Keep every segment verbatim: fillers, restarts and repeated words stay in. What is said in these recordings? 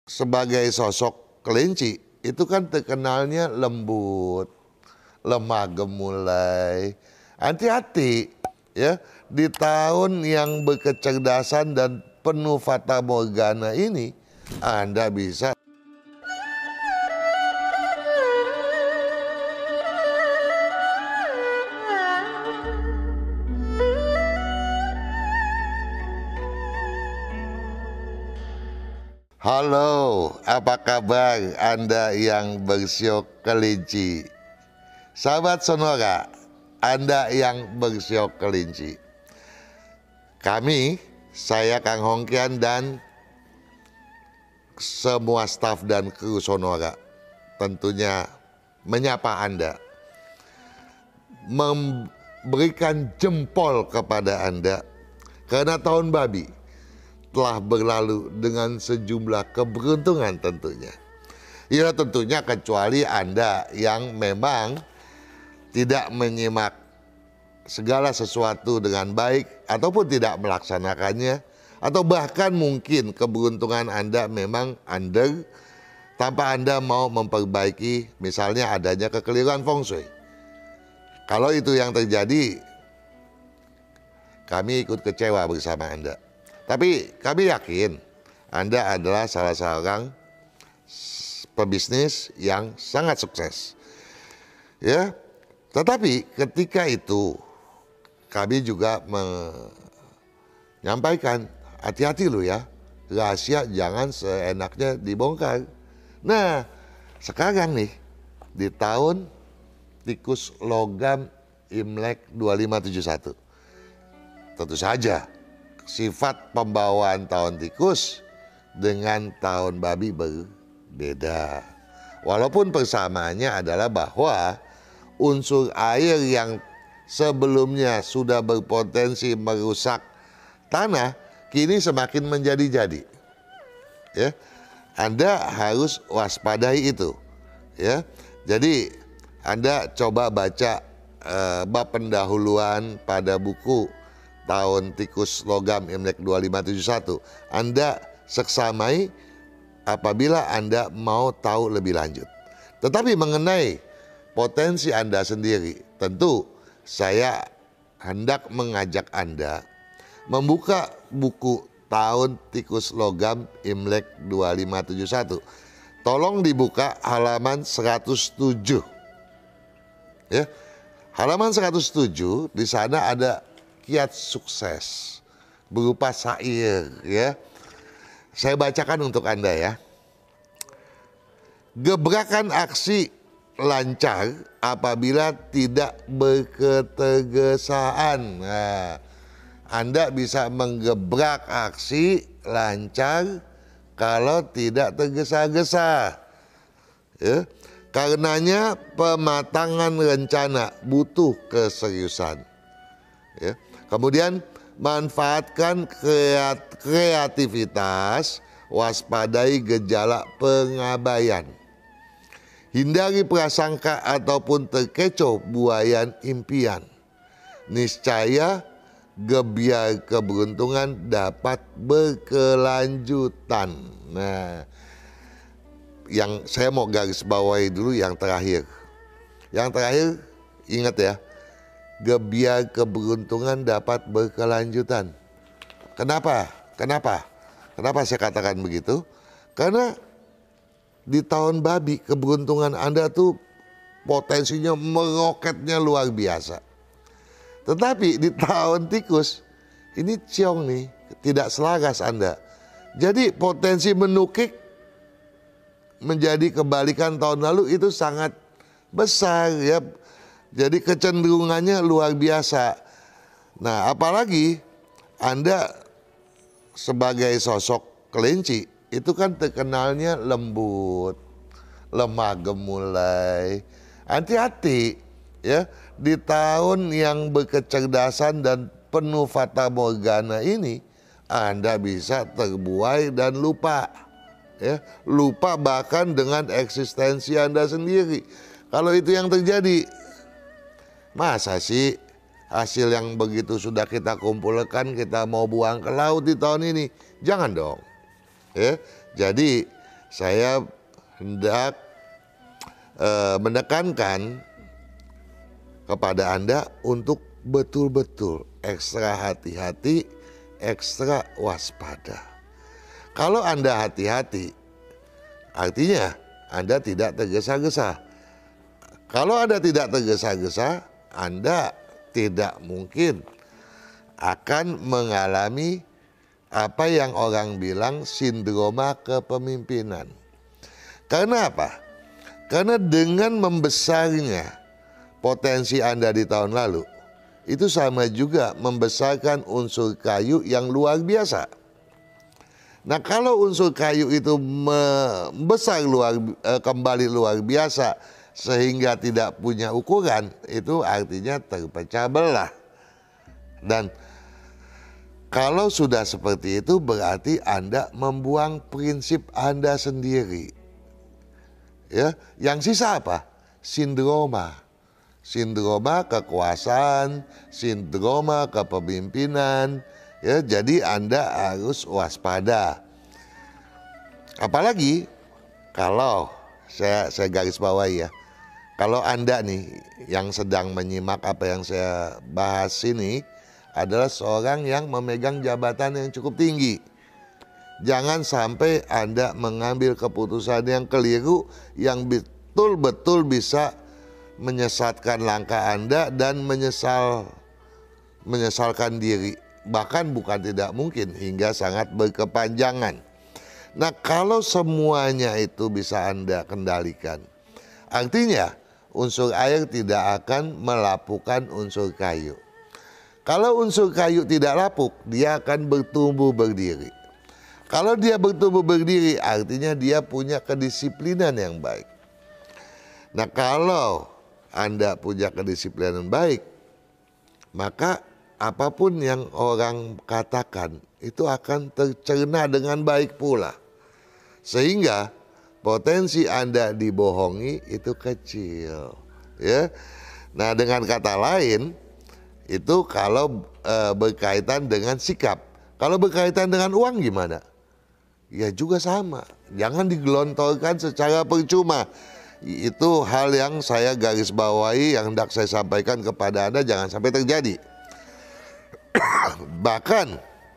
sebagai sosok kelinci itu kan terkenalnya lembut, lemah gemulai. Hati-hati ya, di tahun yang berkecerdasan dan penuh fata morgana ini Anda bisa Halo, apa kabar Anda yang bersiok kelinci? Sahabat Sonora, Anda yang bersiok kelinci. Kami, saya Kang Hongkian dan semua staf dan kru Sonora tentunya menyapa Anda, memberikan jempol kepada Anda karena tahun babi telah berlalu dengan sejumlah keberuntungan tentunya. Ya tentunya kecuali Anda yang memang tidak menyimak segala sesuatu dengan baik ataupun tidak melaksanakannya, atau bahkan mungkin keberuntungan Anda memang under tanpa Anda mau memperbaiki, misalnya adanya kekeliruan feng shui. Kalau itu yang terjadi, kami ikut kecewa bersama Anda. Tapi kami yakin Anda adalah salah seorang pebisnis yang sangat sukses. Ya, tetapi ketika itu kami juga menyampaikan, hati-hati loh ya, rahasia jangan seenaknya dibongkar. Nah, sekarang nih di tahun tikus logam Imlek dua lima tujuh satu, tentu saja sifat pembawaan tahun tikus dengan tahun babi berbeda. Walaupun persamaannya adalah bahwa unsur air yang sebelumnya sudah berpotensi merusak tanah kini semakin menjadi-jadi. Ya, Anda harus waspadai itu. Ya, jadi Anda coba baca eh, bab pendahuluan pada buku tahun tikus logam Imlek dua lima tujuh satu. Anda seksamai apabila Anda mau tahu lebih lanjut. Tetapi mengenai potensi Anda sendiri, tentu saya hendak mengajak Anda membuka buku tahun tikus logam Imlek dua lima tujuh satu. Tolong dibuka halaman seratus tujuh. Ya. Halaman seratus tujuh, di sana ada kiat sukses berupa syair, ya. Saya bacakan untuk Anda ya. Gebrakan aksi lancar apabila tidak berketergesaan. Nah, Anda bisa menggebrak aksi lancar kalau tidak tergesa-gesa. Ya. Karenanya pematangan rencana butuh keseriusan. Ya. Kemudian manfaatkan kreativitas, waspadai gejala pengabaian. Hindari prasangka ataupun terkecoh buayan impian. Niscaya gebiar keberuntungan dapat berkelanjutan. Nah, yang saya mau garis bawahi dulu yang terakhir. Yang terakhir ingat ya, gebiar keberuntungan dapat berkelanjutan. Kenapa? Kenapa? Kenapa saya katakan begitu? Karena di tahun babi keberuntungan Anda tuh potensinya meroketnya luar biasa. Tetapi di tahun tikus ini ciong nih, tidak selaras Anda. Jadi potensi menukik menjadi kebalikan tahun lalu itu sangat besar ya. Jadi kecenderungannya luar biasa. Nah, apalagi Anda sebagai sosok kelinci itu kan terkenalnya lembut, lemah gemulai. Hati-hati ya, di tahun yang berkecerdasan dan penuh fata morgana ini Anda bisa terbuai dan lupa. Ya, lupa bahkan dengan eksistensi Anda sendiri. Kalau itu yang terjadi, masa sih hasil yang begitu sudah kita kumpulkan kita mau buang ke laut di tahun ini? Jangan dong. Ya, jadi saya hendak eh, menekankan kepada Anda untuk betul-betul ekstra hati-hati, ekstra waspada. Kalau Anda hati-hati, artinya Anda tidak tergesa-gesa. Kalau Anda tidak tergesa-gesa, Anda tidak mungkin akan mengalami apa yang orang bilang sindroma kepemimpinan. Karena apa? Karena dengan membesarnya potensi Anda di tahun lalu, itu sama juga membesarkan unsur kayu yang luar biasa. Nah, kalau unsur kayu itu membesar luar, eh, kembali luar biasa sehingga tidak punya ukuran, itu artinya terpecah belah. Dan kalau sudah seperti itu berarti Anda membuang prinsip Anda sendiri. Ya, yang sisa apa? Sindroma. Sindroma kekuasaan, sindroma kepemimpinan. Ya, jadi Anda harus waspada. Apalagi kalau saya saya garis bawahi ya. Kalau Anda nih yang sedang menyimak apa yang saya bahas ini adalah seorang yang memegang jabatan yang cukup tinggi. Jangan sampai Anda mengambil keputusan yang keliru yang betul-betul bisa menyesatkan langkah Anda dan menyesal menyesalkan diri. Bahkan bukan tidak mungkin hingga sangat berkepanjangan. Nah, kalau semuanya itu bisa Anda kendalikan, artinya unsur air tidak akan melapukan unsur kayu. Kalau unsur kayu tidak lapuk, dia akan bertumbuh berdiri. Kalau dia bertumbuh berdiri, artinya dia punya kedisiplinan yang baik. Nah, kalau Anda punya kedisiplinan baik, maka apapun yang orang katakan itu akan tercerna dengan baik pula. Sehingga potensi Anda dibohongi itu kecil, ya. Nah, dengan kata lain, itu kalau e, berkaitan dengan sikap. Kalau berkaitan dengan uang gimana? Ya juga sama. Jangan digelontorkan secara percuma. Itu hal yang saya garis bawahi, yang hendak saya sampaikan kepada Anda, jangan sampai terjadi. Bahkan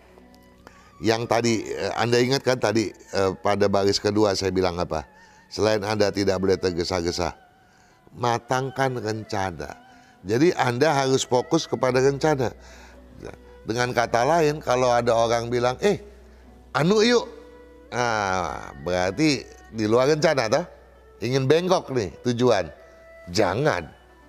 yang tadi Anda ingat kan tadi eh, pada baris kedua saya bilang apa? Selain Anda tidak boleh tergesa-gesa, matangkan rencana. Jadi Anda harus fokus kepada rencana. Dengan kata lain, kalau ada orang bilang, eh anu yuk, nah, berarti di luar rencana toh? Ingin bengkok nih tujuan. Jangan.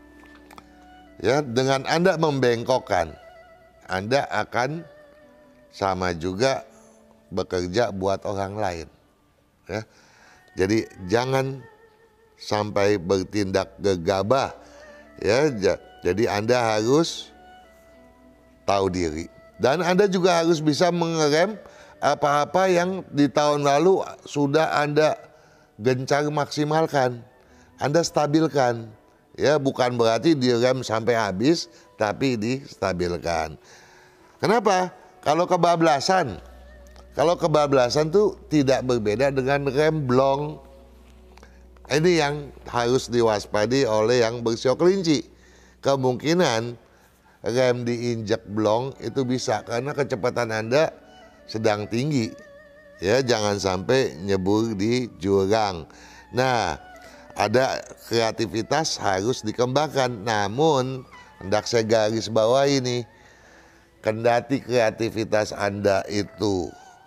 Ya, dengan Anda membengkokkan, Anda akan sama juga bekerja buat orang lain. Ya. Jadi jangan sampai bertindak gegabah. Ya, jadi Anda harus tahu diri. Dan Anda juga harus bisa mengerem apa-apa yang di tahun lalu sudah Anda gencar maksimalkan, Anda stabilkan. Ya, bukan berarti direm sampai habis, tapi distabilkan. Kenapa? Kalau kebablasan, kalau kebablasan tuh tidak berbeda dengan remblong. Ini yang harus diwaspadi oleh yang bersio kelinci. Kemungkinan rem diinjak blong itu bisa karena kecepatan Anda sedang tinggi. Ya, jangan sampai nyebur di jurang. Nah, ada kreativitas harus dikembangkan. Namun, hendak saya garis bawah ini, kendati kreativitas Anda itu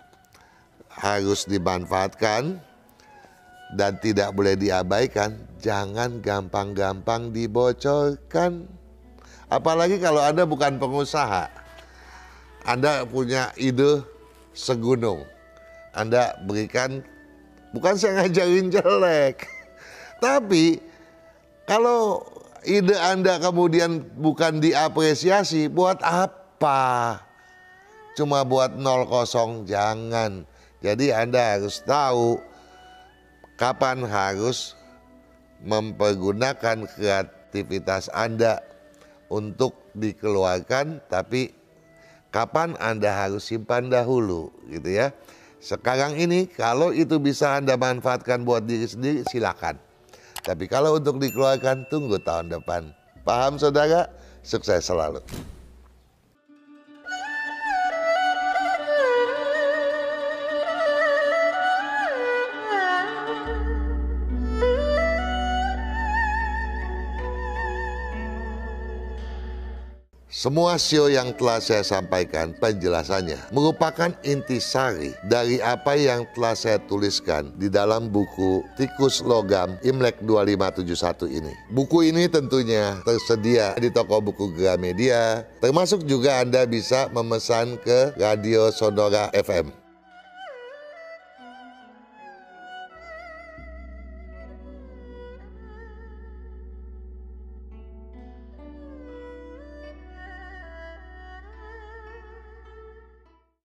harus dimanfaatkan dan tidak boleh diabaikan, jangan gampang-gampang dibocorkan. Apalagi kalau Anda bukan pengusaha, Anda punya ide segunung, Anda berikan, bukan saya ngajarin jelek, tapi kalau ide Anda kemudian bukan diapresiasi, buat apa? Cuma buat nol kosong, jangan. Jadi Anda harus tahu kapan harus mempergunakan kreativitas Anda untuk dikeluarkan, tapi kapan Anda harus simpan dahulu, gitu ya. Sekarang ini kalau itu bisa Anda manfaatkan buat diri sendiri, silakan. Tapi kalau untuk dikeluarkan, tunggu tahun depan. Paham saudara? Sukses selalu. Semua show yang telah saya sampaikan penjelasannya merupakan intisari dari apa yang telah saya tuliskan di dalam buku Tikus Logam Imlek dua lima tujuh satu ini. Buku ini tentunya tersedia di toko buku Gramedia, termasuk juga Anda bisa memesan ke Radio Sonora F M.